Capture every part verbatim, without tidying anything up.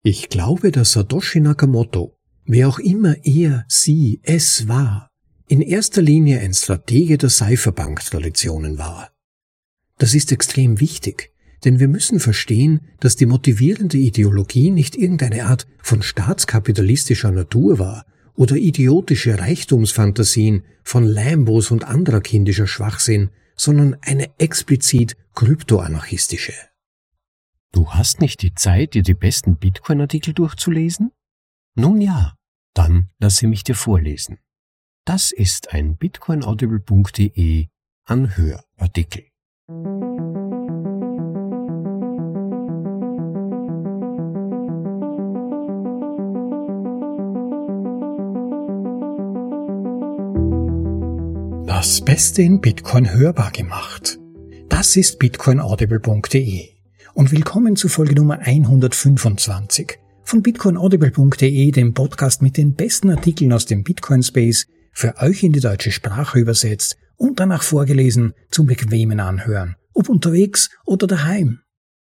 Ich glaube, dass Satoshi Nakamoto, wer auch immer er, sie, es war, in erster Linie ein Stratege der Cypherpunk-Traditionen war. Das ist extrem wichtig, denn wir müssen verstehen, dass die motivierende Ideologie nicht irgendeine Art von staatskapitalistischer Natur war oder idiotische Reichtumsfantasien von Lambos und anderer kindischer Schwachsinn, sondern eine explizit kryptoanarchistische. Du hast nicht die Zeit, dir die besten Bitcoin-Artikel durchzulesen? Nun ja, dann lasse mich dir vorlesen. Das ist ein bitcoinaudible punkt de Anhörartikel. Das Beste in Bitcoin hörbar gemacht. Das ist bitcoinaudible punkt de. Und willkommen zu Folge Nummer hundertfünfundzwanzig von bitcoinaudible punkt de, dem Podcast mit den besten Artikeln aus dem Bitcoin-Space, für euch in die deutsche Sprache übersetzt und danach vorgelesen zum bequemen Anhören, ob unterwegs oder daheim.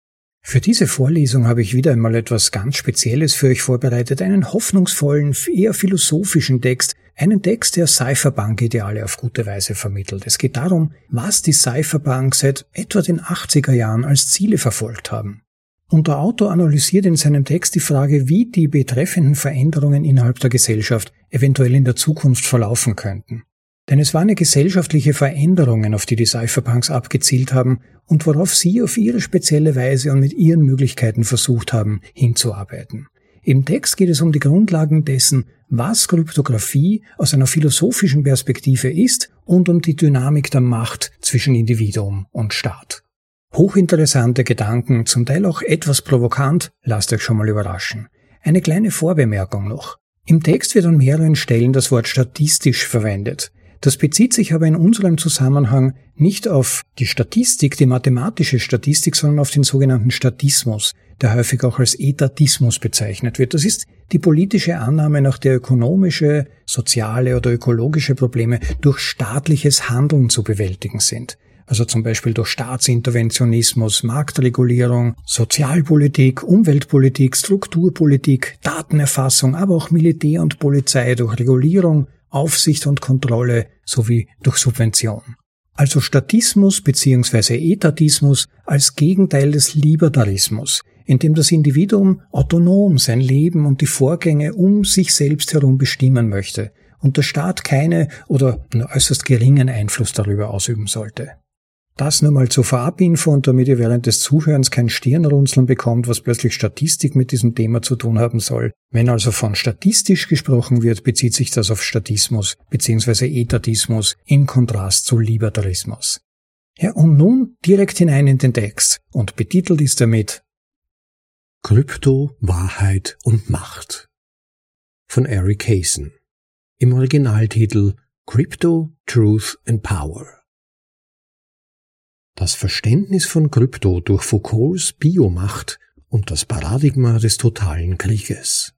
Für diese Vorlesung habe ich wieder einmal etwas ganz Spezielles für euch vorbereitet, einen hoffnungsvollen, eher philosophischen Text, einen Text, der Cypherpunk-Ideale auf gute Weise vermittelt. Es geht darum, was die Cypherpunk seit etwa den achtziger Jahren als Ziele verfolgt haben. Und der Autor analysiert in seinem Text die Frage, wie die betreffenden Veränderungen innerhalb der Gesellschaft eventuell in der Zukunft verlaufen könnten. Denn es waren ja gesellschaftliche Veränderungen, auf die die Cypherpunks abgezielt haben und worauf sie auf ihre spezielle Weise und mit ihren Möglichkeiten versucht haben, hinzuarbeiten. Im Text geht es um die Grundlagen dessen, was Kryptographie aus einer philosophischen Perspektive ist und um die Dynamik der Macht zwischen Individuum und Staat. Hochinteressante Gedanken, zum Teil auch etwas provokant, lasst euch schon mal überraschen. Eine kleine Vorbemerkung noch. Im Text wird an mehreren Stellen das Wort statistisch verwendet. Das bezieht sich aber in unserem Zusammenhang nicht auf die Statistik, die mathematische Statistik, sondern auf den sogenannten Statismus, der häufig auch als Etatismus bezeichnet wird. Das ist die politische Annahme, nach der ökonomische, soziale oder ökologische Probleme durch staatliches Handeln zu bewältigen sind. Also zum Beispiel durch Staatsinterventionismus, Marktregulierung, Sozialpolitik, Umweltpolitik, Strukturpolitik, Datenerfassung, aber auch Militär und Polizei durch Regulierung, Aufsicht und Kontrolle sowie durch Subvention. Also Statismus bzw. Etatismus als Gegenteil des Libertarismus, in dem das Individuum autonom sein Leben und die Vorgänge um sich selbst herum bestimmen möchte und der Staat keine oder nur äußerst geringen Einfluss darüber ausüben sollte. Das nur mal zur Vorabinfo und damit ihr während des Zuhörens kein Stirnrunzeln bekommt, was plötzlich Statistik mit diesem Thema zu tun haben soll. Wenn also von statistisch gesprochen wird, bezieht sich das auf Statismus bzw. Etatismus im Kontrast zu Libertarismus. Ja, und nun direkt hinein in den Text und betitelt ist er mit Krypto, Wahrheit und Macht von Eric Kaysen. Im Originaltitel Crypto, Truth and Power. Das Verständnis von Krypto durch Foucaults Biomacht und das Paradigma des totalen Krieges.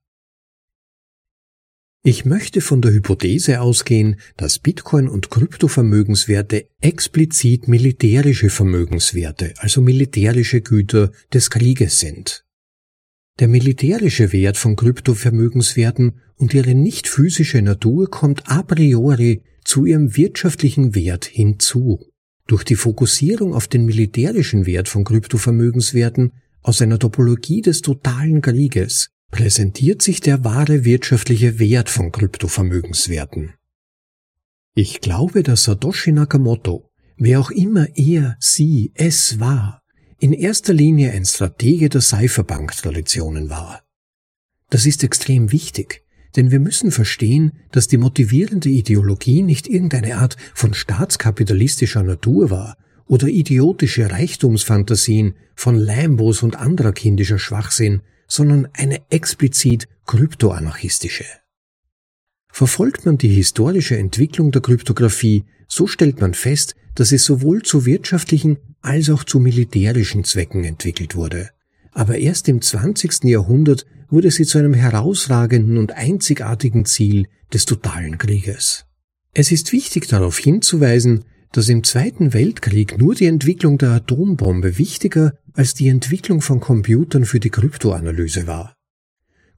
Ich möchte von der Hypothese ausgehen, dass Bitcoin und Kryptovermögenswerte explizit militärische Vermögenswerte, also militärische Güter des Krieges sind. Der militärische Wert von Kryptovermögenswerten und ihre nicht physische Natur kommt a priori zu ihrem wirtschaftlichen Wert hinzu. Durch die Fokussierung auf den militärischen Wert von Kryptovermögenswerten aus einer Topologie des totalen Krieges präsentiert sich der wahre wirtschaftliche Wert von Kryptovermögenswerten. Ich glaube, dass Satoshi Nakamoto, wer auch immer er, sie, es war, in erster Linie ein Stratege der Cypherpunk-Traditionen war. Das ist extrem wichtig, denn wir müssen verstehen, dass die motivierende Ideologie nicht irgendeine Art von staatskapitalistischer Natur war oder idiotische Reichtumsfantasien von Lambos und anderer kindischer Schwachsinn, sondern eine explizit kryptoanarchistische. Verfolgt man die historische Entwicklung der Kryptographie, so stellt man fest, dass es sowohl zu wirtschaftlichen als auch zu militärischen Zwecken entwickelt wurde. Aber erst im zwanzigsten Jahrhundert wurde sie zu einem herausragenden und einzigartigen Ziel des totalen Krieges. Es ist wichtig darauf hinzuweisen, dass im Zweiten Weltkrieg nur die Entwicklung der Atombombe wichtiger als die Entwicklung von Computern für die Kryptoanalyse war.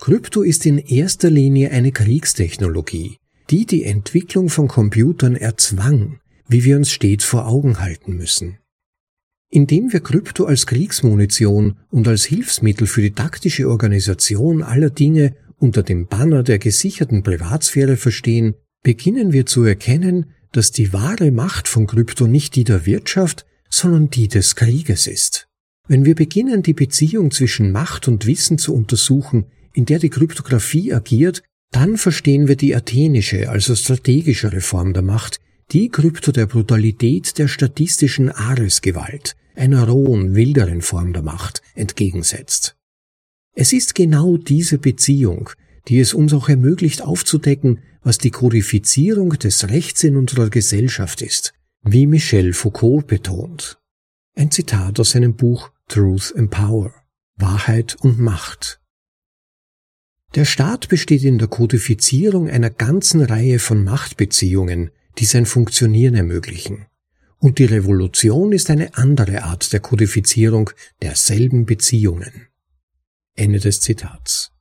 Krypto ist in erster Linie eine Kriegstechnologie, die die Entwicklung von Computern erzwang, wie wir uns stets vor Augen halten müssen. Indem wir Krypto als Kriegsmunition und als Hilfsmittel für die taktische Organisation aller Dinge unter dem Banner der gesicherten Privatsphäre verstehen, beginnen wir zu erkennen, dass die wahre Macht von Krypto nicht die der Wirtschaft, sondern die des Krieges ist. Wenn wir beginnen, die Beziehung zwischen Macht und Wissen zu untersuchen, in der die Kryptographie agiert, dann verstehen wir die athenische, also strategischere Form der Macht, die Krypto der Brutalität der statistischen Aresgewalt, einer rohen, wilderen Form der Macht, entgegensetzt. Es ist genau diese Beziehung, die es uns auch ermöglicht aufzudecken, was die Kodifizierung des Rechts in unserer Gesellschaft ist, wie Michel Foucault betont. Ein Zitat aus seinem Buch Truth and Power, Wahrheit und Macht. Der Staat besteht in der Kodifizierung einer ganzen Reihe von Machtbeziehungen, die sein Funktionieren ermöglichen. Und die Revolution ist eine andere Art der Kodifizierung derselben Beziehungen. Ende des Zitats.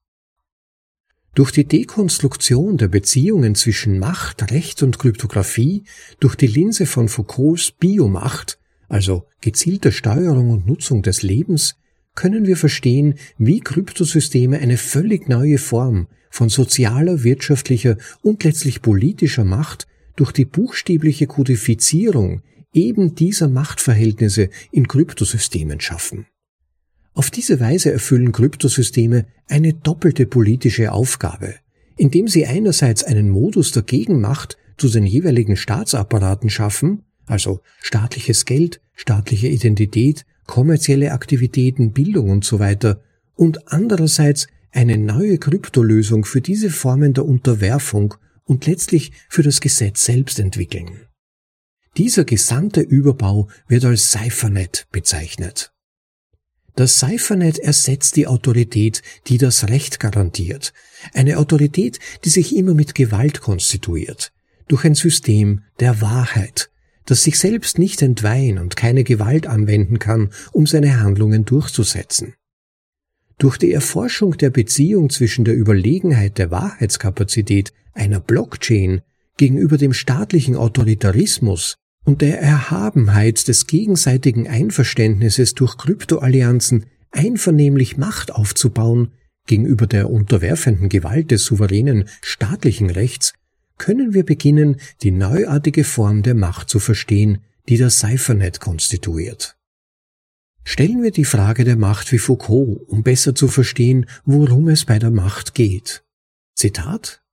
Durch die Dekonstruktion der Beziehungen zwischen Macht, Recht und Kryptographie durch die Linse von Foucaults Biomacht, also gezielte Steuerung und Nutzung des Lebens, können wir verstehen, wie Kryptosysteme eine völlig neue Form von sozialer, wirtschaftlicher und letztlich politischer Macht durch die buchstäbliche Kodifizierung eben dieser Machtverhältnisse in Kryptosystemen schaffen. Auf diese Weise erfüllen Kryptosysteme eine doppelte politische Aufgabe, indem sie einerseits einen Modus der Gegenmacht zu den jeweiligen Staatsapparaten schaffen, also staatliches Geld, staatliche Identität, kommerzielle Aktivitäten, Bildung und so weiter, und andererseits eine neue Kryptolösung für diese Formen der Unterwerfung und letztlich für das Gesetz selbst entwickeln. Dieser gesandte Überbau wird als Cyphernet bezeichnet. Das Cyphernet ersetzt die Autorität, die das Recht garantiert, eine Autorität, die sich immer mit Gewalt konstituiert, durch ein System der Wahrheit, das sich selbst nicht entweihen und keine Gewalt anwenden kann, um seine Handlungen durchzusetzen. Durch die Erforschung der Beziehung zwischen der Überlegenheit der Wahrheitskapazität einer Blockchain gegenüber dem staatlichen Autoritarismus und der Erhabenheit des gegenseitigen Einverständnisses durch Kryptoallianzen einvernehmlich Macht aufzubauen gegenüber der unterwerfenden Gewalt des souveränen staatlichen Rechts, können wir beginnen, die neuartige Form der Macht zu verstehen, die das Cyphernet konstituiert. Stellen wir die Frage der Macht wie Foucault, um besser zu verstehen, worum es bei der Macht geht. Zitat: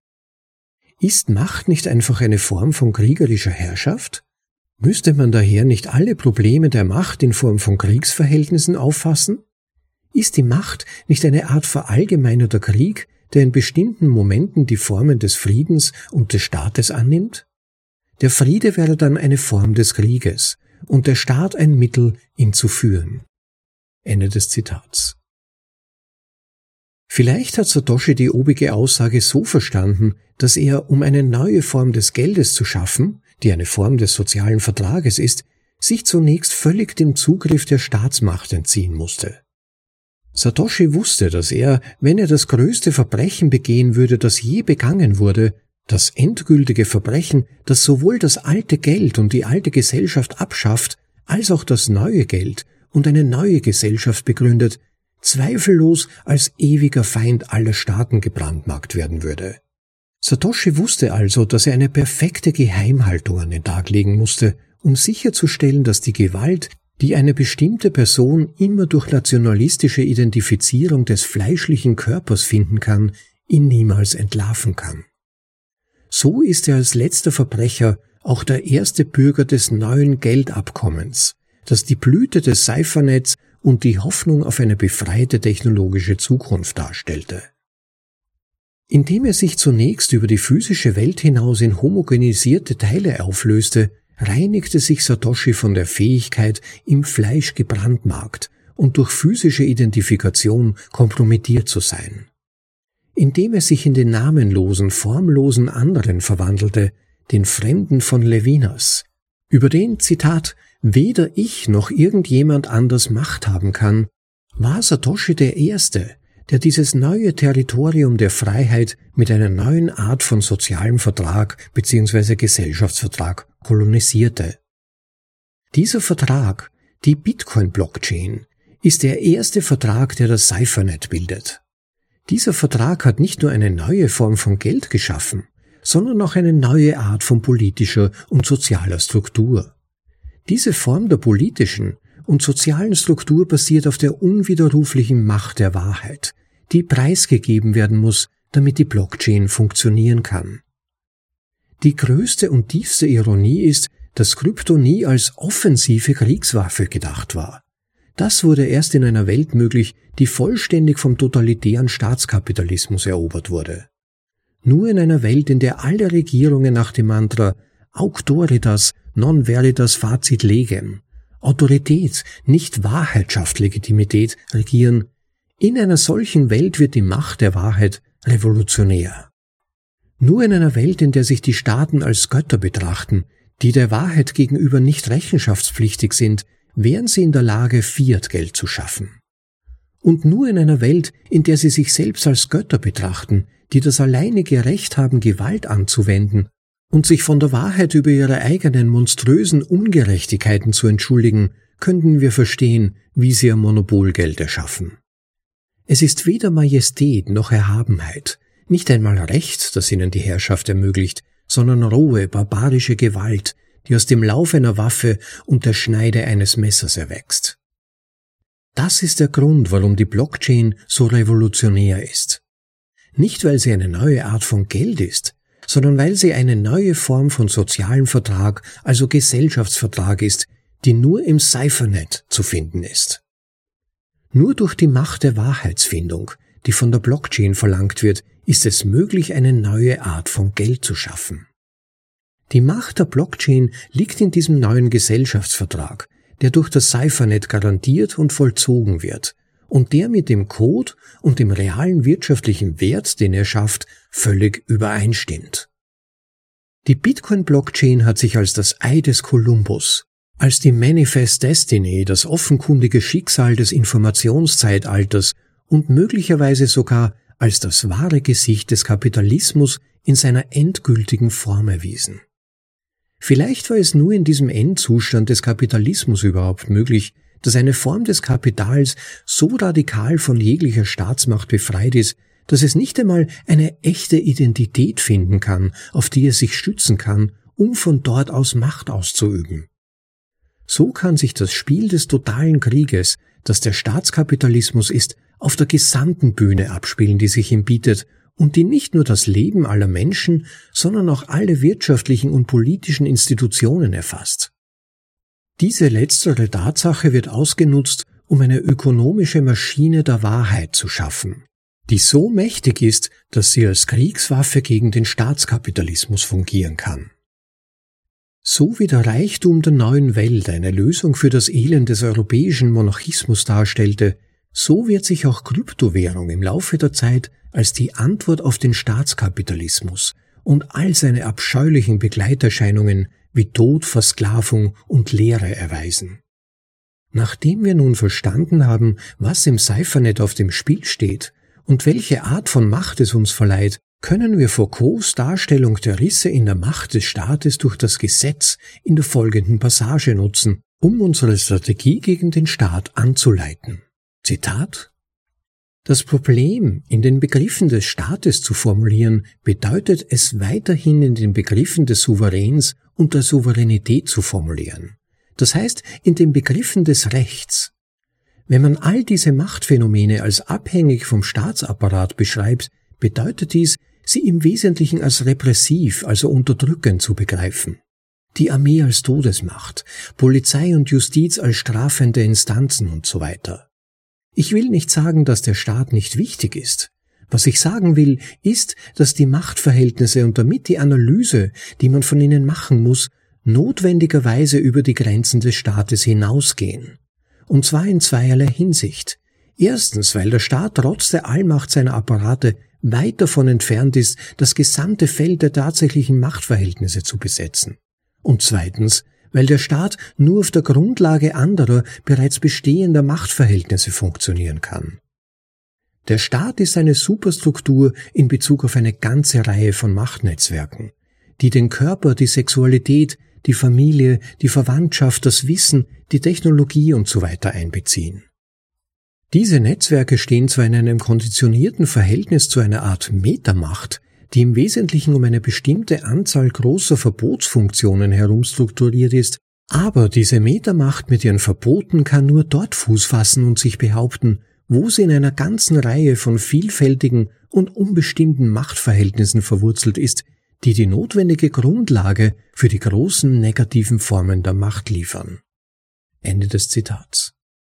Ist Macht nicht einfach eine Form von kriegerischer Herrschaft? Müsste man daher nicht alle Probleme der Macht in Form von Kriegsverhältnissen auffassen? Ist die Macht nicht eine Art verallgemeinerter Krieg, der in bestimmten Momenten die Formen des Friedens und des Staates annimmt? Der Friede wäre dann eine Form des Krieges und der Staat ein Mittel, ihn zu führen. Ende des Zitats. Vielleicht hat Satoshi die obige Aussage so verstanden, dass er, um eine neue Form des Geldes zu schaffen, die eine Form des sozialen Vertrages ist, sich zunächst völlig dem Zugriff der Staatsmacht entziehen musste. Satoshi wusste, dass er, wenn er das größte Verbrechen begehen würde, das je begangen wurde, das endgültige Verbrechen, das sowohl das alte Geld und die alte Gesellschaft abschafft, als auch das neue Geld und eine neue Gesellschaft begründet, zweifellos als ewiger Feind aller Staaten gebrandmarkt werden würde. Satoshi wusste also, dass er eine perfekte Geheimhaltung an den Tag legen musste, um sicherzustellen, dass die Gewalt, die eine bestimmte Person immer durch nationalistische Identifizierung des fleischlichen Körpers finden kann, ihn niemals entlarven kann. So ist er als letzter Verbrecher auch der erste Bürger des neuen Geldabkommens, das die Blüte des Cyphernets und die Hoffnung auf eine befreite technologische Zukunft darstellte. Indem er sich zunächst über die physische Welt hinaus in homogenisierte Teile auflöste, reinigte sich Satoshi von der Fähigkeit, im Fleisch gebrandmarkt und durch physische Identifikation kompromittiert zu sein. Indem er sich in den namenlosen, formlosen anderen verwandelte, den Fremden von Levinas, über den, Zitat, weder ich noch irgendjemand anders Macht haben kann, war Satoshi der Erste, der dieses neue Territorium der Freiheit mit einer neuen Art von sozialem Vertrag bzw. Gesellschaftsvertrag kolonisierte. Dieser Vertrag, die Bitcoin-Blockchain, ist der erste Vertrag, der das Cyphernet bildet. Dieser Vertrag hat nicht nur eine neue Form von Geld geschaffen, sondern auch eine neue Art von politischer und sozialer Struktur. Diese Form der politischen und sozialen Struktur basiert auf der unwiderruflichen Macht der Wahrheit, die preisgegeben werden muss, damit die Blockchain funktionieren kann. Die größte und tiefste Ironie ist, dass Krypto nie als offensive Kriegswaffe gedacht war. Das wurde erst in einer Welt möglich, die vollständig vom totalitären Staatskapitalismus erobert wurde. Nur in einer Welt, in der alle Regierungen nach dem Mantra Auctoritas non veritas facit legem, Autorität, nicht Wahrheit schafft Legitimität, regieren, in einer solchen Welt wird die Macht der Wahrheit revolutionär. Nur in einer Welt, in der sich die Staaten als Götter betrachten, die der Wahrheit gegenüber nicht rechenschaftspflichtig sind, wären sie in der Lage, Fiat-Geld zu schaffen. Und nur in einer Welt, in der sie sich selbst als Götter betrachten, die das alleinige Recht haben, Gewalt anzuwenden und sich von der Wahrheit über ihre eigenen monströsen Ungerechtigkeiten zu entschuldigen, könnten wir verstehen, wie sie ihr Monopolgeld erschaffen. Es ist weder Majestät noch Erhabenheit, nicht einmal Recht, das ihnen die Herrschaft ermöglicht, sondern rohe, barbarische Gewalt, die aus dem Lauf einer Waffe und der Schneide eines Messers erwächst. Das ist der Grund, warum die Blockchain so revolutionär ist. Nicht, weil sie eine neue Art von Geld ist, sondern weil sie eine neue Form von sozialem Vertrag, also Gesellschaftsvertrag ist, die nur im Cyphernet zu finden ist. Nur durch die Macht der Wahrheitsfindung, die von der Blockchain verlangt wird, ist es möglich, eine neue Art von Geld zu schaffen. Die Macht der Blockchain liegt in diesem neuen Gesellschaftsvertrag, der durch das Cyphernet garantiert und vollzogen wird und der mit dem Code und dem realen wirtschaftlichen Wert, den er schafft, völlig übereinstimmt. Die Bitcoin-Blockchain hat sich als das Ei des Kolumbus, als die Manifest Destiny, das offenkundige Schicksal des Informationszeitalters und möglicherweise sogar als das wahre Gesicht des Kapitalismus in seiner endgültigen Form erwiesen. Vielleicht war es nur in diesem Endzustand des Kapitalismus überhaupt möglich, dass eine Form des Kapitals so radikal von jeglicher Staatsmacht befreit ist, dass es nicht einmal eine echte Identität finden kann, auf die es sich stützen kann, um von dort aus Macht auszuüben. So kann sich das Spiel des totalen Krieges, das der Staatskapitalismus ist, auf der gesamten Bühne abspielen, die sich ihm bietet und die nicht nur das Leben aller Menschen, sondern auch alle wirtschaftlichen und politischen Institutionen erfasst. Diese letztere Tatsache wird ausgenutzt, um eine ökonomische Maschine der Wahrheit zu schaffen, die so mächtig ist, dass sie als Kriegswaffe gegen den Staatskapitalismus fungieren kann. So wie der Reichtum der neuen Welt eine Lösung für das Elend des europäischen Monarchismus darstellte, so wird sich auch Kryptowährung im Laufe der Zeit als die Antwort auf den Staatskapitalismus und all seine abscheulichen Begleiterscheinungen wie Tod, Versklavung und Leere erweisen. Nachdem wir nun verstanden haben, was im Cyphernet auf dem Spiel steht und welche Art von Macht es uns verleiht, können wir Foucaults Darstellung der Risse in der Macht des Staates durch das Gesetz in der folgenden Passage nutzen, um unsere Strategie gegen den Staat anzuleiten. Zitat: Das Problem, in den Begriffen des Staates zu formulieren, bedeutet es weiterhin in den Begriffen des Souveräns und der Souveränität zu formulieren. Das heißt, in den Begriffen des Rechts. Wenn man all diese Machtphänomene als abhängig vom Staatsapparat beschreibt, bedeutet dies, sie im Wesentlichen als repressiv, also unterdrückend zu begreifen. Die Armee als Todesmacht, Polizei und Justiz als strafende Instanzen und so weiter. Ich will nicht sagen, dass der Staat nicht wichtig ist. Was ich sagen will, ist, dass die Machtverhältnisse und damit die Analyse, die man von ihnen machen muss, notwendigerweise über die Grenzen des Staates hinausgehen. Und zwar in zweierlei Hinsicht. Erstens, weil der Staat trotz der Allmacht seiner Apparate weit davon entfernt ist, das gesamte Feld der tatsächlichen Machtverhältnisse zu besetzen. Und zweitens, weil der Staat nur auf der Grundlage anderer, bereits bestehender Machtverhältnisse funktionieren kann. Der Staat ist eine Superstruktur in Bezug auf eine ganze Reihe von Machtnetzwerken, die den Körper, die Sexualität, die Familie, die Verwandtschaft, das Wissen, die Technologie und so weiter einbeziehen. Diese Netzwerke stehen zwar in einem konditionierten Verhältnis zu einer Art Metamacht, die im Wesentlichen um eine bestimmte Anzahl großer Verbotsfunktionen herum strukturiert ist, aber diese Metamacht mit ihren Verboten kann nur dort Fuß fassen und sich behaupten, wo sie in einer ganzen Reihe von vielfältigen und unbestimmten Machtverhältnissen verwurzelt ist, die die notwendige Grundlage für die großen negativen Formen der Macht liefern. Ende des Zitats.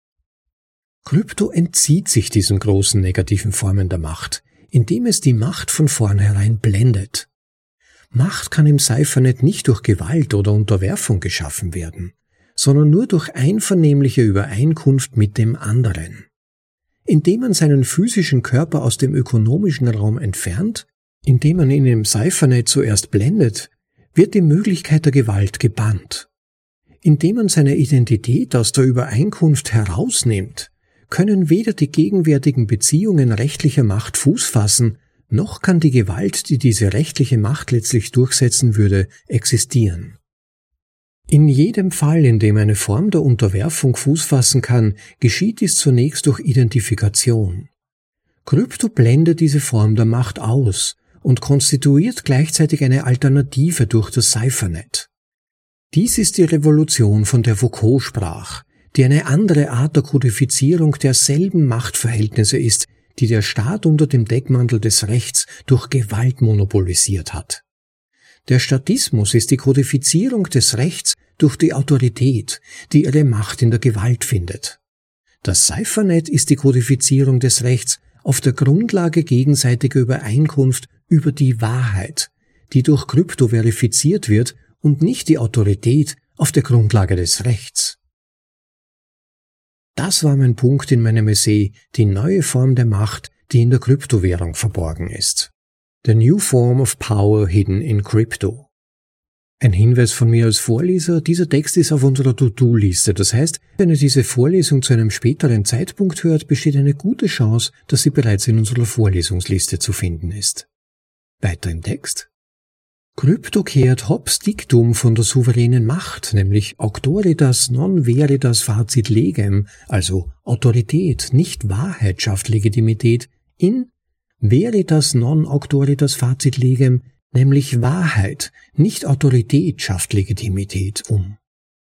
Krypto entzieht sich diesen großen negativen Formen der Macht, indem es die Macht von vornherein blendet. Macht kann im Cyphernet nicht durch Gewalt oder Unterwerfung geschaffen werden, sondern nur durch einvernehmliche Übereinkunft mit dem anderen. Indem man seinen physischen Körper aus dem ökonomischen Raum entfernt, indem man ihn im Cyphernet zuerst blendet, wird die Möglichkeit der Gewalt gebannt. Indem man seine Identität aus der Übereinkunft herausnimmt, können weder die gegenwärtigen Beziehungen rechtlicher Macht Fuß fassen, noch kann die Gewalt, die diese rechtliche Macht letztlich durchsetzen würde, existieren. In jedem Fall, in dem eine Form der Unterwerfung Fuß fassen kann, geschieht dies zunächst durch Identifikation. Krypto blendet diese Form der Macht aus und konstituiert gleichzeitig eine Alternative durch das Cyphernet. Dies ist die Revolution, von der Foucault sprach, die eine andere Art der Kodifizierung derselben Machtverhältnisse ist, die der Staat unter dem Deckmantel des Rechts durch Gewalt monopolisiert hat. Der Statismus ist die Kodifizierung des Rechts durch die Autorität, die ihre Macht in der Gewalt findet. Das Cyphernet ist die Kodifizierung des Rechts auf der Grundlage gegenseitiger Übereinkunft über die Wahrheit, die durch Krypto verifiziert wird und nicht die Autorität auf der Grundlage des Rechts. Das war mein Punkt in meinem Essay, die neue Form der Macht, die in der Kryptowährung verborgen ist. The New Form of Power Hidden in Crypto. Ein Hinweis von mir als Vorleser, dieser Text ist auf unserer To-Do-Liste. Das heißt, wenn ihr diese Vorlesung zu einem späteren Zeitpunkt hört, besteht eine gute Chance, dass sie bereits in unserer Vorlesungsliste zu finden ist. Weiter im Text. Krypto kehrt Hobbes Diktum von der souveränen Macht, nämlich auctoritas non veritas facit legem, also Autorität, nicht Wahrheit schafft Legitimität, in veritas non auctoritas facit legem, nämlich Wahrheit, nicht Autorität schafft Legitimität um.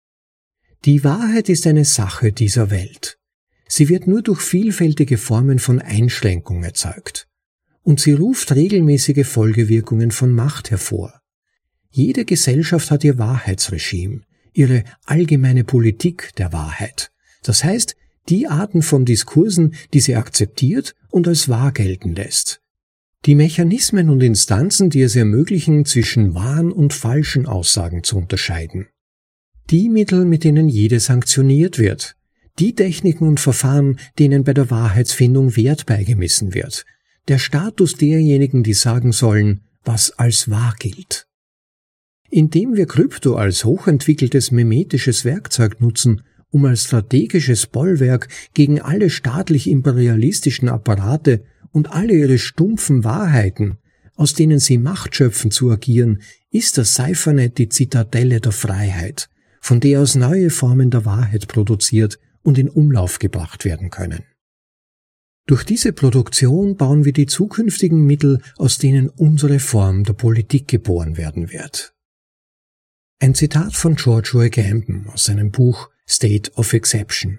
Die Wahrheit ist eine Sache dieser Welt. Sie wird nur durch vielfältige Formen von Einschränkung erzeugt. Und sie ruft regelmäßige Folgewirkungen von Macht hervor. Jede Gesellschaft hat ihr Wahrheitsregime, ihre allgemeine Politik der Wahrheit. Das heißt, die Arten von Diskursen, die sie akzeptiert und als wahr gelten lässt. Die Mechanismen und Instanzen, die es ermöglichen, zwischen wahren und falschen Aussagen zu unterscheiden. Die Mittel, mit denen jede sanktioniert wird. Die Techniken und Verfahren, denen bei der Wahrheitsfindung Wert beigemessen wird. Der Status derjenigen, die sagen sollen, was als wahr gilt. Indem wir Krypto als hochentwickeltes memetisches Werkzeug nutzen, um als strategisches Bollwerk gegen alle staatlich-imperialistischen Apparate und alle ihre stumpfen Wahrheiten, aus denen sie Macht schöpfen, zu agieren, ist das Cyphernet die Zitadelle der Freiheit, von der aus neue Formen der Wahrheit produziert und in Umlauf gebracht werden können. Durch diese Produktion bauen wir die zukünftigen Mittel, aus denen unsere Form der Politik geboren werden wird. Ein Zitat von George Agamben aus seinem Buch State of Exception.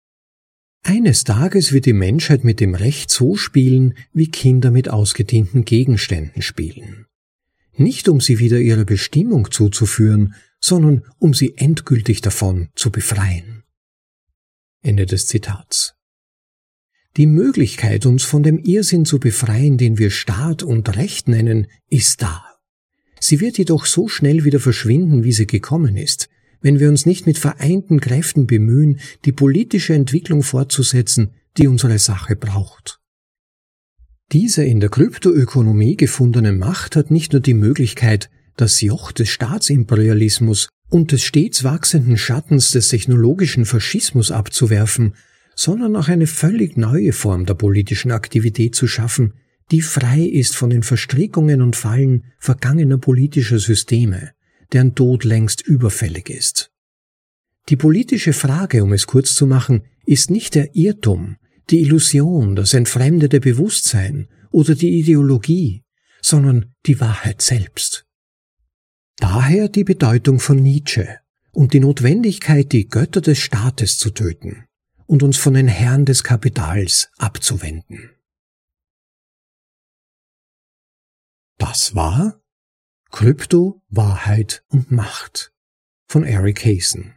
Eines Tages wird die Menschheit mit dem Recht so spielen, wie Kinder mit ausgedienten Gegenständen spielen. Nicht um sie wieder ihrer Bestimmung zuzuführen, sondern um sie endgültig davon zu befreien. Ende des Zitats. Die Möglichkeit, uns von dem Irrsinn zu befreien, den wir Staat und Recht nennen, ist da. Sie wird jedoch so schnell wieder verschwinden, wie sie gekommen ist, wenn wir uns nicht mit vereinten Kräften bemühen, die politische Entwicklung fortzusetzen, die unsere Sache braucht. Diese in der Kryptoökonomie gefundene Macht hat nicht nur die Möglichkeit, das Joch des Staatsimperialismus und des stets wachsenden Schattens des technologischen Faschismus abzuwerfen, sondern auch eine völlig neue Form der politischen Aktivität zu schaffen, die frei ist von den Verstrickungen und Fallen vergangener politischer Systeme, deren Tod längst überfällig ist. Die politische Frage, um es kurz zu machen, ist nicht der Irrtum, die Illusion, das entfremdete Bewusstsein oder die Ideologie, sondern die Wahrheit selbst. Daher die Bedeutung von Nietzsche und die Notwendigkeit, die Götter des Staates zu töten und uns von den Herren des Kapitals abzuwenden. Das war Krypto, Wahrheit und Macht von Eric Hayson.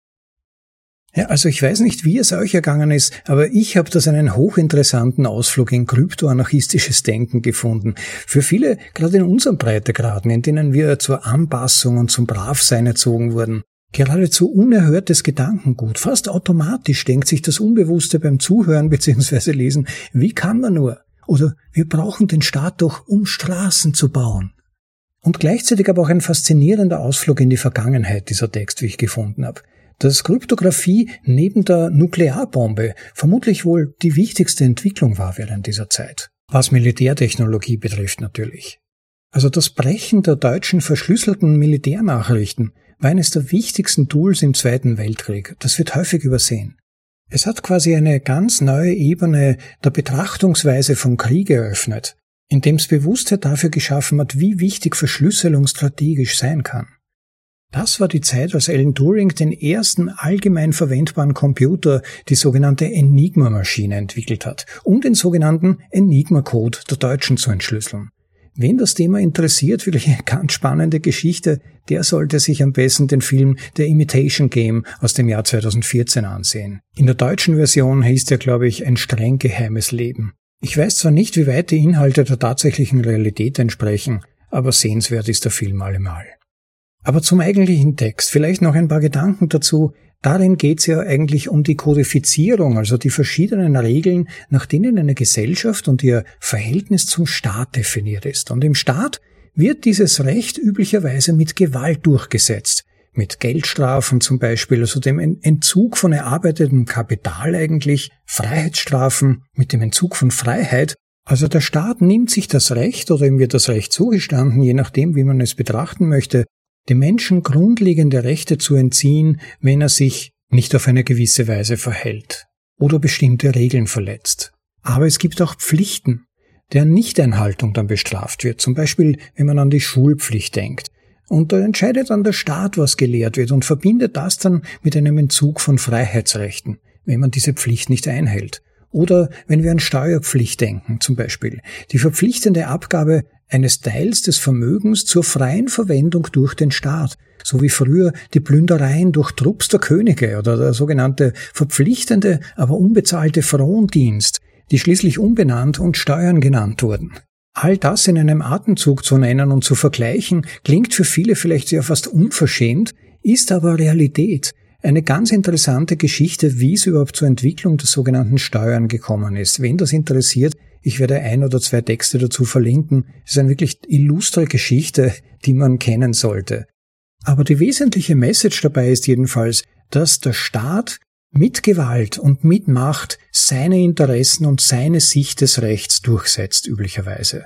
Ja, also ich weiß nicht, wie es euch ergangen ist, aber ich habe das einen hochinteressanten Ausflug in kryptoanarchistisches Denken gefunden. Für viele, gerade in unseren Breitegraden, in denen wir zur Anpassung und zum Bravsein erzogen wurden, geradezu unerhörtes Gedankengut. Fast automatisch denkt sich das Unbewusste beim Zuhören bzw. Lesen, wie kann man nur? Oder wir brauchen den Staat doch, um Straßen zu bauen. Und gleichzeitig aber auch ein faszinierender Ausflug in die Vergangenheit, dieser Text, wie ich gefunden habe. Dass Kryptographie neben der Nuklearbombe vermutlich wohl die wichtigste Entwicklung war während dieser Zeit. Was Militärtechnologie betrifft natürlich. Also das Brechen der deutschen verschlüsselten Militärnachrichten war eines der wichtigsten Tools im Zweiten Weltkrieg. Das wird häufig übersehen. Es hat quasi eine ganz neue Ebene der Betrachtungsweise von Krieg eröffnet, indem es Bewusstheit dafür geschaffen hat, wie wichtig Verschlüsselung strategisch sein kann. Das war die Zeit, als Alan Turing den ersten allgemein verwendbaren Computer, die sogenannte Enigma-Maschine, entwickelt hat, um den sogenannten Enigma-Code der Deutschen zu entschlüsseln. Wen das Thema interessiert, wirklich eine ganz spannende Geschichte, der sollte sich am besten den Film The Imitation Game aus dem Jahr zweitausendvierzehn ansehen. In der deutschen Version hieß der, glaube ich, Ein streng geheimes Leben. Ich weiß zwar nicht, wie weit die Inhalte der tatsächlichen Realität entsprechen, aber sehenswert ist der Film allemal. Aber zum eigentlichen Text vielleicht noch ein paar Gedanken dazu. Darin geht es ja eigentlich um die Kodifizierung, also die verschiedenen Regeln, nach denen eine Gesellschaft und ihr Verhältnis zum Staat definiert ist. Und im Staat wird dieses Recht üblicherweise mit Gewalt durchgesetzt. Mit Geldstrafen zum Beispiel, also dem Entzug von erarbeitetem Kapital eigentlich, Freiheitsstrafen mit dem Entzug von Freiheit. Also der Staat nimmt sich das Recht, oder ihm wird das Recht zugestanden, je nachdem, wie man es betrachten möchte, dem Menschen grundlegende Rechte zu entziehen, wenn er sich nicht auf eine gewisse Weise verhält oder bestimmte Regeln verletzt. Aber es gibt auch Pflichten, deren Nichteinhaltung dann bestraft wird, zum Beispiel wenn man an die Schulpflicht denkt. Und da entscheidet dann der Staat, was gelehrt wird und verbindet das dann mit einem Entzug von Freiheitsrechten, wenn man diese Pflicht nicht einhält. Oder wenn wir an Steuerpflicht denken, zum Beispiel, die verpflichtende Abgabe eines Teils des Vermögens zur freien Verwendung durch den Staat, so wie früher die Plündereien durch Trupps der Könige oder der sogenannte verpflichtende, aber unbezahlte Frondienst, die schließlich umbenannt und Steuern genannt wurden. All das in einem Atemzug zu nennen und zu vergleichen, klingt für viele vielleicht ja fast unverschämt, ist aber Realität. Eine ganz interessante Geschichte, wie es überhaupt zur Entwicklung der sogenannten Steuern gekommen ist. Wen das interessiert, ich werde ein oder zwei Texte dazu verlinken. Es ist eine wirklich illustre Geschichte, die man kennen sollte. Aber die wesentliche Message dabei ist jedenfalls, dass der Staat mit Gewalt und mit Macht seine Interessen und seine Sicht des Rechts durchsetzt, üblicherweise.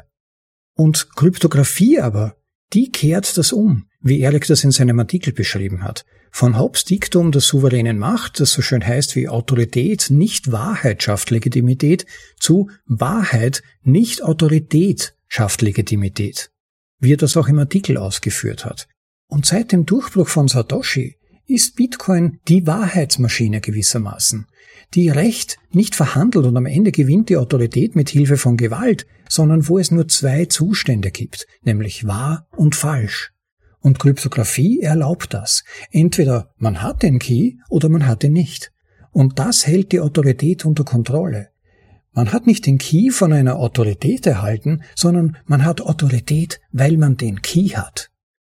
Und Kryptographie aber, die kehrt das um, wie Eric das in seinem Artikel beschrieben hat. Von Hobbes' Diktum der souveränen Macht, das so schön heißt wie Autorität, nicht Wahrheit schafft Legitimität, zu Wahrheit, nicht Autorität schafft Legitimität, wie er das auch im Artikel ausgeführt hat. Und seit dem Durchbruch von Satoshi ist Bitcoin die Wahrheitsmaschine gewissermaßen, die Recht nicht verhandelt und am Ende gewinnt die Autorität mit Hilfe von Gewalt, sondern wo es nur zwei Zustände gibt, nämlich wahr und falsch. Und Kryptographie erlaubt das. Entweder man hat den Key oder man hat ihn nicht. Und das hält die Autorität unter Kontrolle. Man hat nicht den Key von einer Autorität erhalten, sondern man hat Autorität, weil man den Key hat.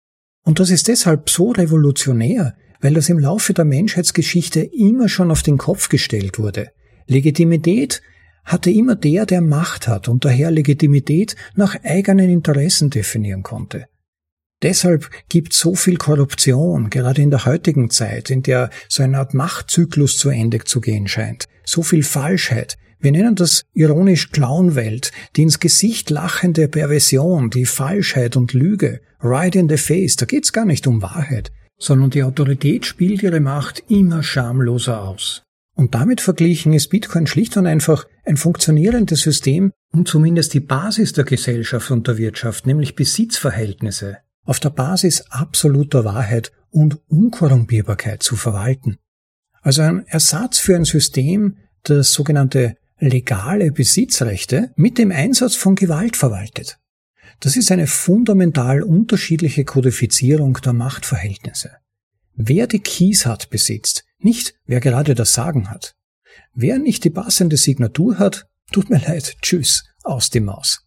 Und das ist deshalb so revolutionär, weil das im Laufe der Menschheitsgeschichte immer schon auf den Kopf gestellt wurde. Legitimität hatte immer der, der Macht hat und daher Legitimität nach eigenen Interessen definieren konnte. Deshalb gibt so viel Korruption, gerade in der heutigen Zeit, in der so eine Art Machtzyklus zu Ende zu gehen scheint. So viel Falschheit. Wir nennen das ironisch Clownwelt, die ins Gesicht lachende Perversion, die Falschheit und Lüge, right in the face. Da geht's gar nicht um Wahrheit, sondern die Autorität spielt ihre Macht immer schamloser aus. Und damit verglichen ist Bitcoin schlicht und einfach ein funktionierendes System, um zumindest die Basis der Gesellschaft und der Wirtschaft, nämlich Besitzverhältnisse, auf der Basis absoluter Wahrheit und Unkorrumpierbarkeit zu verwalten. Also ein Ersatz für ein System, das sogenannte legale Besitzrechte mit dem Einsatz von Gewalt verwaltet. Das ist eine fundamental unterschiedliche Kodifizierung der Machtverhältnisse. Wer die Keys hat, besitzt, nicht wer gerade das Sagen hat. Wer nicht die passende Signatur hat, tut mir leid, tschüss, aus die Maus.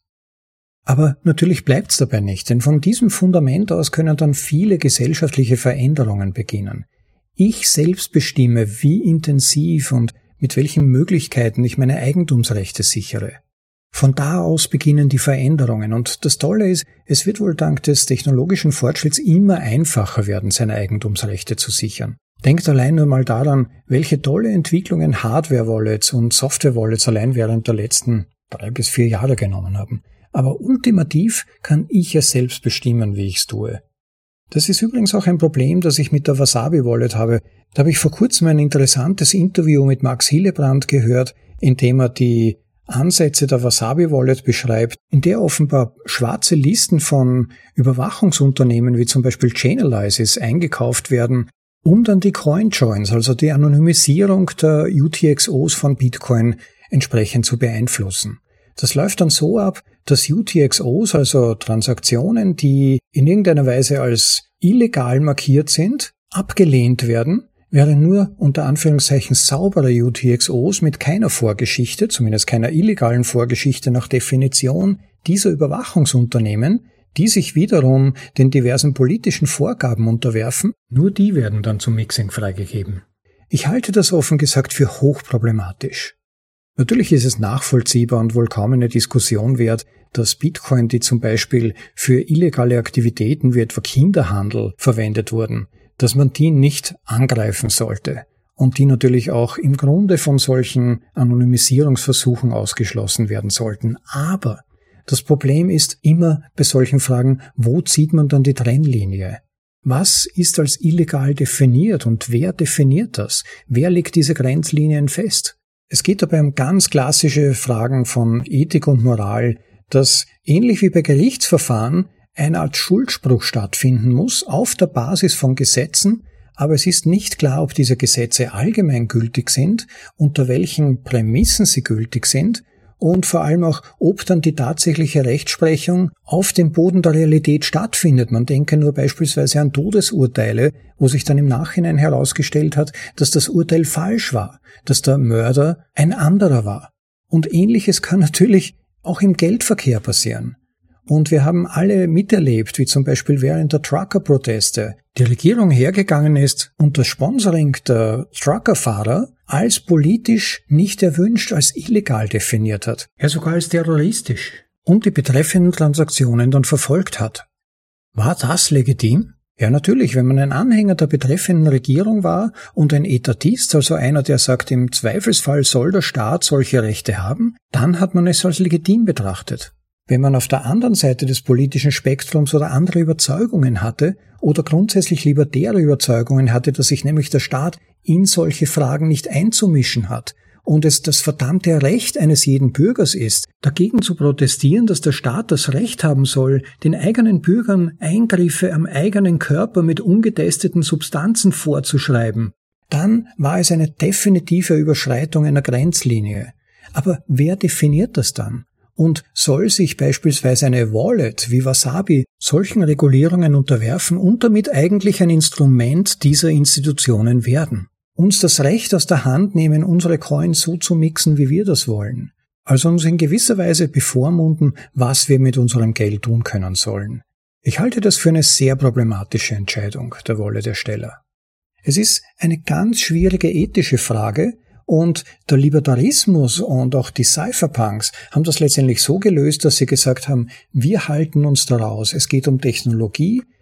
Aber natürlich bleibt's dabei nicht, denn von diesem Fundament aus können dann viele gesellschaftliche Veränderungen beginnen. Ich selbst bestimme, wie intensiv und mit welchen Möglichkeiten ich meine Eigentumsrechte sichere. Von da aus beginnen die Veränderungen und das Tolle ist, es wird wohl dank des technologischen Fortschritts immer einfacher werden, seine Eigentumsrechte zu sichern. Denkt allein nur mal daran, welche tolle Entwicklungen Hardware-Wallets und Software-Wallets allein während der letzten drei bis vier Jahre genommen haben. Aber ultimativ kann ich es selbst bestimmen, wie ich's tue. Das ist übrigens auch ein Problem, das ich mit der Wasabi-Wallet habe. Da habe ich vor kurzem ein interessantes Interview mit Max Hillebrand gehört, in dem er die Ansätze der Wasabi-Wallet beschreibt, in der offenbar schwarze Listen von Überwachungsunternehmen wie zum Beispiel Chainalysis eingekauft werden, um dann die Coinjoins, also die Anonymisierung der U T X Os von Bitcoin, entsprechend zu beeinflussen. Das läuft dann so ab, dass U T X Os, also Transaktionen, die in irgendeiner Weise als illegal markiert sind, abgelehnt werden, während nur unter Anführungszeichen saubere U T X Os mit keiner Vorgeschichte, zumindest keiner illegalen Vorgeschichte nach Definition dieser Überwachungsunternehmen, die sich wiederum den diversen politischen Vorgaben unterwerfen, nur die werden dann zum Mixing freigegeben. Ich halte das offen gesagt für hochproblematisch. Natürlich ist es nachvollziehbar und wohl kaum eine Diskussion wert, dass Bitcoin, die zum Beispiel für illegale Aktivitäten wie etwa Kinderhandel verwendet wurden, dass man die nicht angreifen sollte und die natürlich auch im Grunde von solchen Anonymisierungsversuchen ausgeschlossen werden sollten. Aber das Problem ist immer bei solchen Fragen, wo zieht man dann die Trennlinie? Was ist als illegal definiert und wer definiert das? Wer legt diese Grenzlinien fest? Es geht dabei um ganz klassische Fragen von Ethik und Moral, dass ähnlich wie bei Gerichtsverfahren eine Art Schuldspruch stattfinden muss auf der Basis von Gesetzen, aber es ist nicht klar, ob diese Gesetze allgemein gültig sind, unter welchen Prämissen sie gültig sind und vor allem auch, ob dann die tatsächliche Rechtsprechung auf dem Boden der Realität stattfindet. Man denke nur beispielsweise an Todesurteile, wo sich dann im Nachhinein herausgestellt hat, dass das Urteil falsch war, dass der Mörder ein anderer war. Und Ähnliches kann natürlich auch im Geldverkehr passieren. Und wir haben alle miterlebt, wie zum Beispiel während der Trucker-Proteste die Regierung hergegangen ist und das Sponsoring der Truckerfahrer als politisch nicht erwünscht, als illegal definiert hat, ja sogar als terroristisch, und die betreffenden Transaktionen dann verfolgt hat. War das legitim? Ja, natürlich, wenn man ein Anhänger der betreffenden Regierung war und ein Etatist, also einer, der sagt, im Zweifelsfall soll der Staat solche Rechte haben, dann hat man es als legitim betrachtet. Wenn man auf der anderen Seite des politischen Spektrums oder andere Überzeugungen hatte oder grundsätzlich libertäre Überzeugungen hatte, dass sich nämlich der Staat in solche Fragen nicht einzumischen hat und es das verdammte Recht eines jeden Bürgers ist, dagegen zu protestieren, dass der Staat das Recht haben soll, den eigenen Bürgern Eingriffe am eigenen Körper mit ungetesteten Substanzen vorzuschreiben, dann war es eine definitive Überschreitung einer Grenzlinie. Aber wer definiert das dann? Und soll sich beispielsweise eine Wallet wie Wasabi solchen Regulierungen unterwerfen und damit eigentlich ein Instrument dieser Institutionen werden? Uns das Recht aus der Hand nehmen, unsere Coins so zu mixen, wie wir das wollen. Also uns in gewisser Weise bevormunden, was wir mit unserem Geld tun können sollen. Ich halte das für eine sehr problematische Entscheidung der Wallet-Ersteller. Es ist eine ganz schwierige ethische Frage, und der Libertarismus und auch die Cypherpunks haben das letztendlich so gelöst, dass sie gesagt haben, wir halten uns daraus. Es geht um Technologie.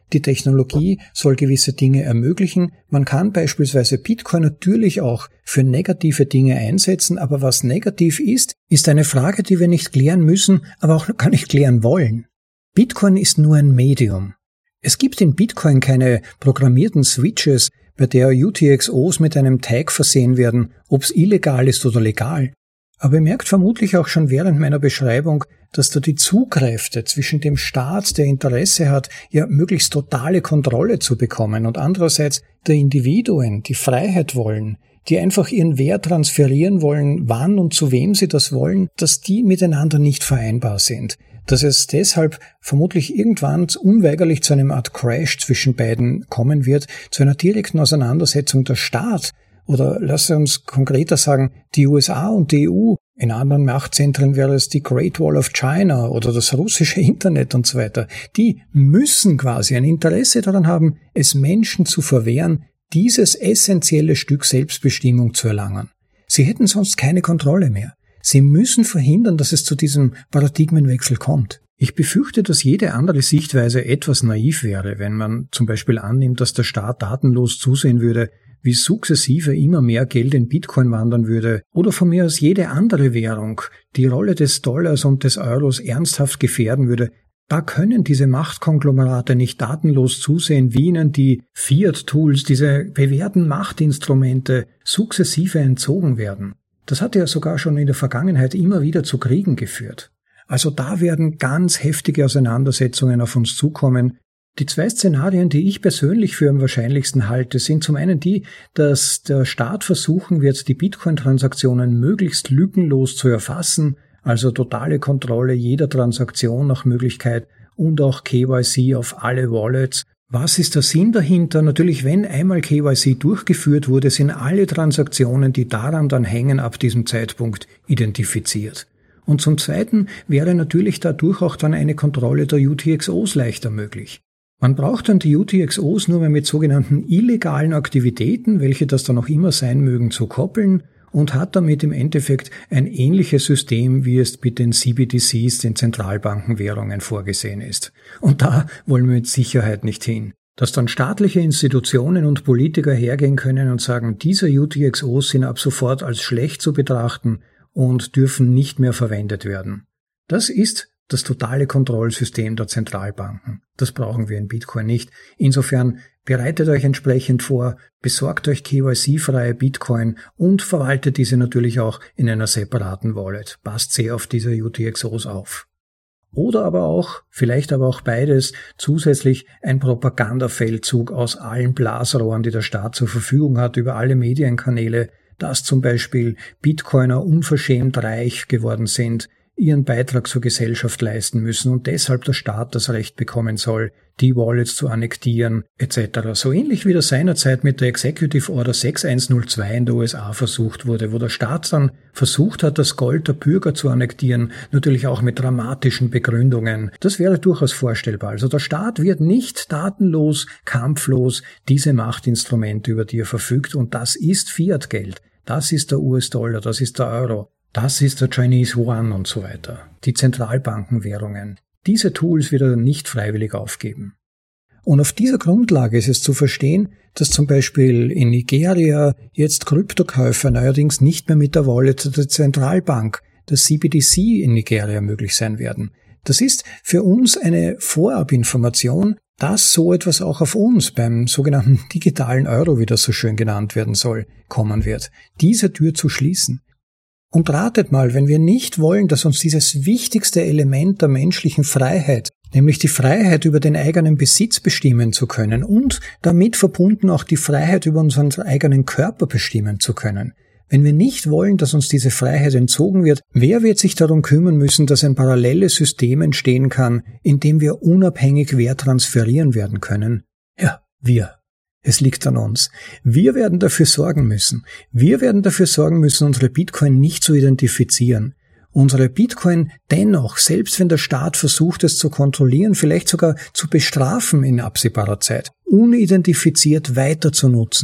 Die Technologie soll gewisse Dinge ermöglichen. Man kann beispielsweise Bitcoin natürlich auch für negative Dinge einsetzen, aber was negativ ist, ist eine Frage, die wir nicht klären müssen, aber auch gar nicht klären wollen. Bitcoin ist nur ein Medium. Es gibt in Bitcoin keine programmierten Switches, bei der U T X Os mit einem Tag versehen werden, ob es illegal ist oder legal. Aber ihr merkt vermutlich auch schon während meiner Beschreibung, dass da die Zugkräfte zwischen dem Staat, der Interesse hat, ja möglichst totale Kontrolle zu bekommen, und andererseits der Individuen, die Freiheit wollen, die einfach ihren Wert transferieren wollen, wann und zu wem sie das wollen, dass die miteinander nicht vereinbar sind. Dass es deshalb vermutlich irgendwann unweigerlich zu einem Art Crash zwischen beiden kommen wird, zu einer direkten Auseinandersetzung der Staat, oder lass uns konkreter sagen, die U S A und die E U, in anderen Machtzentren wäre es die Great Wall of China oder das russische Internet und so weiter, die müssen quasi ein Interesse daran haben, es Menschen zu verwehren, dieses essentielle Stück Selbstbestimmung zu erlangen. Sie hätten sonst keine Kontrolle mehr. Sie müssen verhindern, dass es zu diesem Paradigmenwechsel kommt. Ich befürchte, dass jede andere Sichtweise etwas naiv wäre, wenn man zum Beispiel annimmt, dass der Staat tatenlos zusehen würde, wie sukzessive immer mehr Geld in Bitcoin wandern würde, oder von mir aus jede andere Währung die Rolle des Dollars und des Euros ernsthaft gefährden würde. Da können diese Machtkonglomerate nicht tatenlos zusehen, wie ihnen die Fiat-Tools, diese bewährten Machtinstrumente, sukzessive entzogen werden. Das hatte ja sogar schon in der Vergangenheit immer wieder zu Kriegen geführt. Also da werden ganz heftige Auseinandersetzungen auf uns zukommen. Die zwei Szenarien, die ich persönlich für am wahrscheinlichsten halte, sind zum einen die, dass der Staat versuchen wird, die Bitcoin-Transaktionen möglichst lückenlos zu erfassen, also totale Kontrolle jeder Transaktion nach Möglichkeit und auch K Y C auf alle Wallets. Was ist der Sinn dahinter? Natürlich, wenn einmal K Y C durchgeführt wurde, sind alle Transaktionen, die daran dann hängen, ab diesem Zeitpunkt identifiziert. Und zum Zweiten wäre natürlich dadurch auch dann eine Kontrolle der U T X Os leichter möglich. Man braucht dann die U T X Os nur mehr mit sogenannten illegalen Aktivitäten, welche das dann auch immer sein mögen, zu koppeln und hat damit im Endeffekt ein ähnliches System, wie es mit den C B D Cs, den Zentralbankenwährungen, vorgesehen ist. Und da wollen wir mit Sicherheit nicht hin. Dass dann staatliche Institutionen und Politiker hergehen können und sagen, diese U T X Os sind ab sofort als schlecht zu betrachten und dürfen nicht mehr verwendet werden. Das ist das totale Kontrollsystem der Zentralbanken. Das brauchen wir in Bitcoin nicht. Insofern bereitet euch entsprechend vor, besorgt euch K Y C-freie Bitcoin und verwaltet diese natürlich auch in einer separaten Wallet. Passt sehr auf diese U T X Os auf. Oder aber auch, vielleicht aber auch beides, zusätzlich ein Propagandafeldzug aus allen Blasrohren, die der Staat zur Verfügung hat, über alle Medienkanäle, dass zum Beispiel Bitcoiner unverschämt reich geworden sind, ihren Beitrag zur Gesellschaft leisten müssen und deshalb der Staat das Recht bekommen soll, die Wallets zu annektieren et cetera. So ähnlich wie das seinerzeit mit der Executive Order sechs eins null zwei in der U S A versucht wurde, wo der Staat dann versucht hat, das Gold der Bürger zu annektieren, natürlich auch mit dramatischen Begründungen. Das wäre durchaus vorstellbar. Also der Staat wird nicht tatenlos, kampflos diese Machtinstrumente, über die er verfügt, und das ist Fiat-Geld. Das ist der U S-Dollar, das ist der Euro. Das ist der Chinese Yuan und so weiter. Die Zentralbankenwährungen. Diese Tools wird er nicht freiwillig aufgeben. Und auf dieser Grundlage ist es zu verstehen, dass zum Beispiel in Nigeria jetzt Kryptokäufe neuerdings nicht mehr mit der Wallet der Zentralbank, der C B D C in Nigeria, möglich sein werden. Das ist für uns eine Vorabinformation, dass so etwas auch auf uns beim sogenannten digitalen Euro, wie das so schön genannt werden soll, kommen wird. Diese Tür zu schließen. Und ratet mal, wenn wir nicht wollen, dass uns dieses wichtigste Element der menschlichen Freiheit, nämlich die Freiheit über den eigenen Besitz bestimmen zu können und damit verbunden auch die Freiheit über unseren eigenen Körper bestimmen zu können. Wenn wir nicht wollen, dass uns diese Freiheit entzogen wird, wer wird sich darum kümmern müssen, dass ein paralleles System entstehen kann, in dem wir unabhängig Wert transferieren werden können? Ja, wir. Es liegt an uns. Wir werden dafür sorgen müssen. Wir werden dafür sorgen müssen, unsere Bitcoin nicht zu identifizieren. Unsere Bitcoin dennoch, selbst wenn der Staat versucht, es zu kontrollieren, vielleicht sogar zu bestrafen in absehbarer Zeit, unidentifiziert weiter zu nutzen.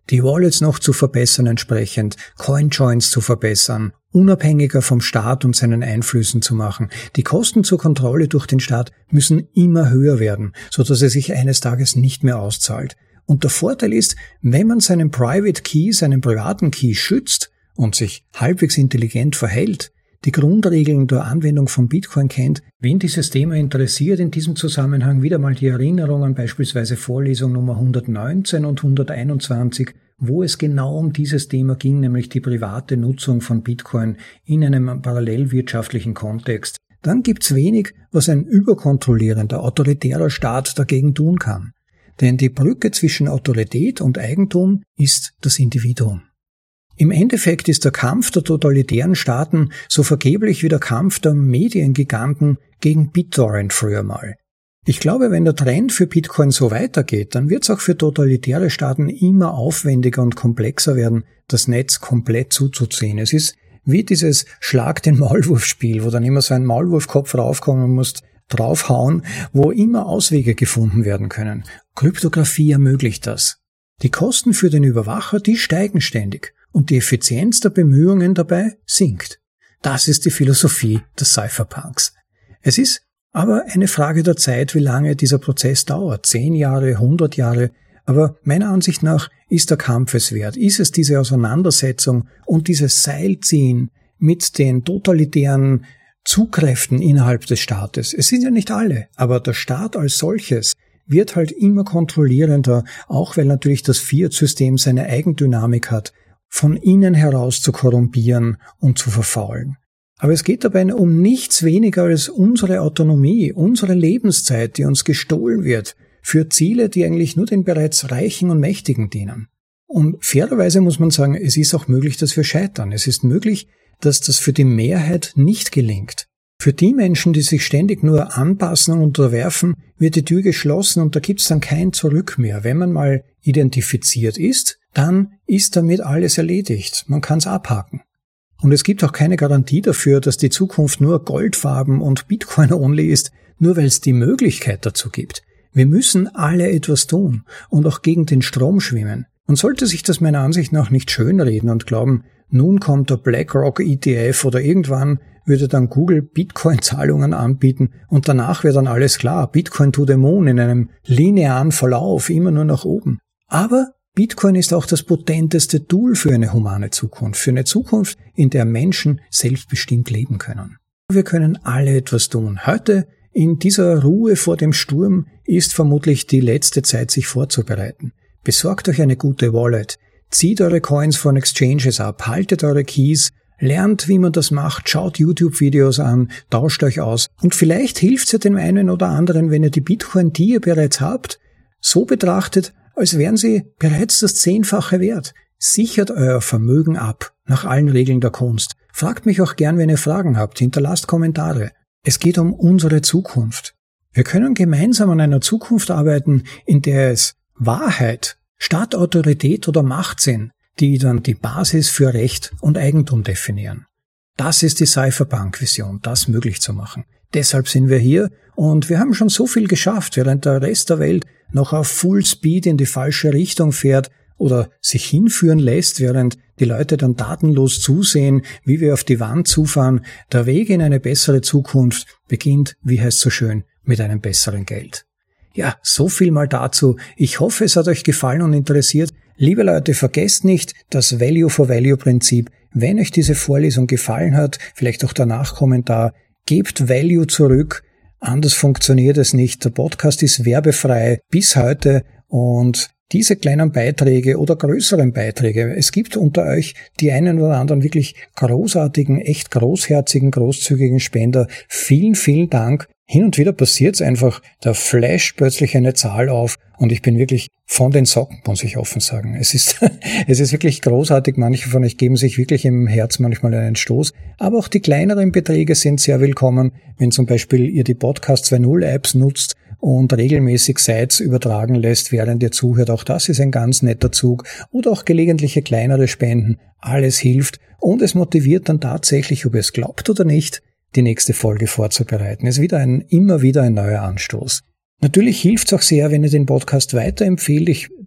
die Wallets noch zu verbessern entsprechend, CoinJoins zu verbessern, unabhängiger vom Staat und seinen Einflüssen zu machen. Die Kosten zur Kontrolle durch den Staat müssen immer höher werden, sodass es sich eines Tages nicht mehr auszahlt. Und der Vorteil ist, wenn man seinen Private Key, seinen privaten Key schützt und sich halbwegs intelligent verhält, die Grundregeln der Anwendung von Bitcoin kennt. Wen dieses Thema interessiert, in diesem Zusammenhang wieder mal die Erinnerung an beispielsweise Vorlesung Nummer hundertneunzehn und hunderteinundzwanzig, wo es genau um dieses Thema ging, nämlich die private Nutzung von Bitcoin in einem parallelwirtschaftlichen Kontext. Dann gibt's wenig, was ein überkontrollierender, autoritärer Staat dagegen tun kann. Denn die Brücke zwischen Autorität und Eigentum ist das Individuum. Im Endeffekt ist der Kampf der totalitären Staaten so vergeblich wie der Kampf der Mediengiganten gegen BitTorrent früher mal. Ich glaube, wenn der Trend für Bitcoin so weitergeht, dann wird es auch für totalitäre Staaten immer aufwendiger und komplexer werden, das Netz komplett zuzuziehen. Es ist wie dieses Schlag den Maulwurf-Spiel, wo dann immer so ein Maulwurfkopf raufkommt und musst draufhauen, wo immer Auswege gefunden werden können. Kryptographie ermöglicht das. Die Kosten für den Überwacher, die steigen ständig. Und die Effizienz der Bemühungen dabei sinkt. Das ist die Philosophie des Cypherpunks. Es ist aber eine Frage der Zeit, wie lange dieser Prozess dauert. Zehn Jahre, hundert Jahre. Aber meiner Ansicht nach ist der Kampf es wert. Ist es diese Auseinandersetzung und dieses Seilziehen mit den totalitären Zugkräften innerhalb des Staates. Es sind ja nicht alle, aber der Staat als solches wird halt immer kontrollierender, auch weil natürlich das Fiat-System seine Eigendynamik hat, von innen heraus zu korrumpieren und zu verfaulen. Aber es geht dabei um nichts weniger als unsere Autonomie, unsere Lebenszeit, die uns gestohlen wird, für Ziele, die eigentlich nur den bereits Reichen und Mächtigen dienen. Und fairerweise muss man sagen, es ist auch möglich, dass wir scheitern. Es ist möglich, dass das für die Mehrheit nicht gelingt. Für die Menschen, die sich ständig nur anpassen und unterwerfen, wird die Tür geschlossen und da gibt's dann kein Zurück mehr. Wenn man mal identifiziert ist, dann ist damit alles erledigt. Man kann's abhaken. Und es gibt auch keine Garantie dafür, dass die Zukunft nur Goldfarben und Bitcoin-only ist, nur weil es die Möglichkeit dazu gibt. Wir müssen alle etwas tun und auch gegen den Strom schwimmen. Man sollte sich das meiner Ansicht nach nicht schönreden und glauben, nun kommt der BlackRock E T F oder irgendwann würde dann Google Bitcoin-Zahlungen anbieten und danach wäre dann alles klar, Bitcoin to the moon in einem linearen Verlauf, immer nur nach oben. Aber Bitcoin ist auch das potenteste Tool für eine humane Zukunft, für eine Zukunft, in der Menschen selbstbestimmt leben können. Wir können alle etwas tun. Heute, in dieser Ruhe vor dem Sturm, ist vermutlich die letzte Zeit, sich vorzubereiten. Besorgt euch eine gute Wallet, zieht eure Coins von Exchanges ab, haltet eure Keys, lernt, wie man das macht, schaut YouTube-Videos an, tauscht euch aus und vielleicht hilft's ja dem einen oder anderen, wenn ihr die Bitcoin, die ihr bereits habt, so betrachtet, als wären sie bereits das Zehnfache wert. Sichert euer Vermögen ab, nach allen Regeln der Kunst. Fragt mich auch gern, wenn ihr Fragen habt, hinterlasst Kommentare. Es geht um unsere Zukunft. Wir können gemeinsam an einer Zukunft arbeiten, in der es Wahrheit statt Autorität oder Macht sind, die dann die Basis für Recht und Eigentum definieren. Das ist die Cypherpunk-Vision, das möglich zu machen. Deshalb sind wir hier und wir haben schon so viel geschafft, während der Rest der Welt noch auf Full Speed in die falsche Richtung fährt oder sich hinführen lässt, während die Leute dann tatenlos zusehen, wie wir auf die Wand zufahren. Der Weg in eine bessere Zukunft beginnt, wie heißt so schön, mit einem besseren Geld. Ja, so viel mal dazu. Ich hoffe, es hat euch gefallen und interessiert. Liebe Leute, vergesst nicht das Value for Value Prinzip. Wenn euch diese Vorlesung gefallen hat, vielleicht auch danach Kommentar, gebt Value zurück. Anders funktioniert es nicht. Der Podcast ist werbefrei bis heute und diese kleinen Beiträge oder größeren Beiträge, es gibt unter euch die einen oder anderen wirklich großartigen, echt großherzigen, großzügigen Spender. Vielen, vielen Dank. Hin und wieder passiert's einfach, da flasht plötzlich eine Zahl auf und ich bin wirklich von den Socken, muss ich offen sagen. Es ist, es ist wirklich großartig. Manche von euch geben sich wirklich im Herz manchmal einen Stoß. Aber auch die kleineren Beträge sind sehr willkommen, wenn zum Beispiel ihr die Podcast zwei Punkt null Apps nutzt und regelmäßig Sites übertragen lässt, während ihr zuhört. Auch das ist ein ganz netter Zug. Oder auch gelegentliche kleinere Spenden. Alles hilft und es motiviert dann tatsächlich, ob ihr es glaubt oder nicht, die nächste Folge vorzubereiten. Es ist wieder ein, immer wieder ein neuer Anstoß. Natürlich hilft es auch sehr, wenn ihr den Podcast weiterempfehlt. Ich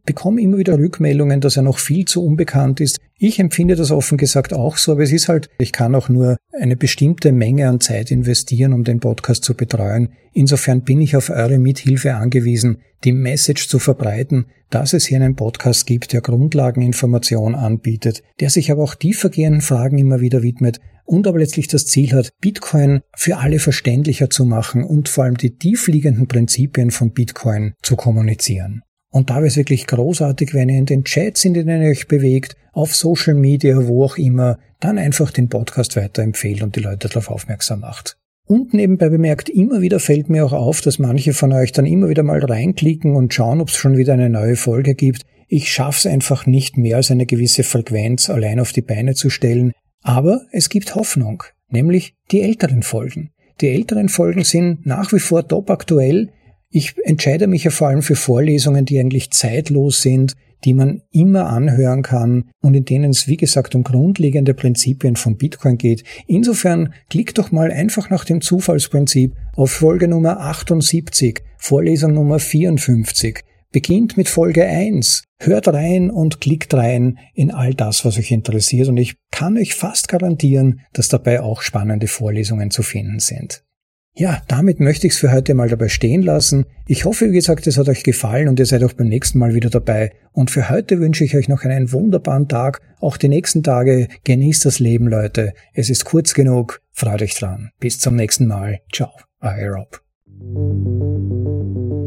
bekomme immer wieder Rückmeldungen, dass er noch viel zu unbekannt ist. Ich empfinde das offen gesagt auch so, aber es ist halt, ich kann auch nur eine bestimmte Menge an Zeit investieren, um den Podcast zu betreuen. Insofern bin ich auf eure Mithilfe angewiesen, die Message zu verbreiten, dass es hier einen Podcast gibt, der Grundlageninformation anbietet, der sich aber auch tiefergehenden Fragen immer wieder widmet und aber letztlich das Ziel hat, Bitcoin für alle verständlicher zu machen und vor allem die tiefliegenden Prinzipien von Bitcoin zu kommunizieren. Und da wäre es wirklich großartig, wenn ihr in den Chats, in denen ihr euch bewegt, auf Social Media, wo auch immer, dann einfach den Podcast weiterempfehlt und die Leute darauf aufmerksam macht. Und nebenbei bemerkt, immer wieder fällt mir auch auf, dass manche von euch dann immer wieder mal reinklicken und schauen, ob es schon wieder eine neue Folge gibt. Ich schaff's einfach nicht, mehr als eine gewisse Frequenz allein auf die Beine zu stellen. Aber es gibt Hoffnung, nämlich die älteren Folgen. Die älteren Folgen sind nach wie vor top aktuell. Ich entscheide mich ja vor allem für Vorlesungen, die eigentlich zeitlos sind, die man immer anhören kann und in denen es, wie gesagt, um grundlegende Prinzipien von Bitcoin geht. Insofern klickt doch mal einfach nach dem Zufallsprinzip auf Folge Nummer achtundsiebzig, Vorlesung Nummer vierundfünfzig. Beginnt mit Folge eins, hört rein und klickt rein in all das, was euch interessiert, und ich kann euch fast garantieren, dass dabei auch spannende Vorlesungen zu finden sind. Ja, damit möchte ich es für heute mal dabei stehen lassen. Ich hoffe, wie gesagt, es hat euch gefallen und ihr seid auch beim nächsten Mal wieder dabei. Und für heute wünsche ich euch noch einen wunderbaren Tag. Auch die nächsten Tage. Genießt das Leben, Leute. Es ist kurz genug. Freut euch dran. Bis zum nächsten Mal. Ciao. Euer Rob.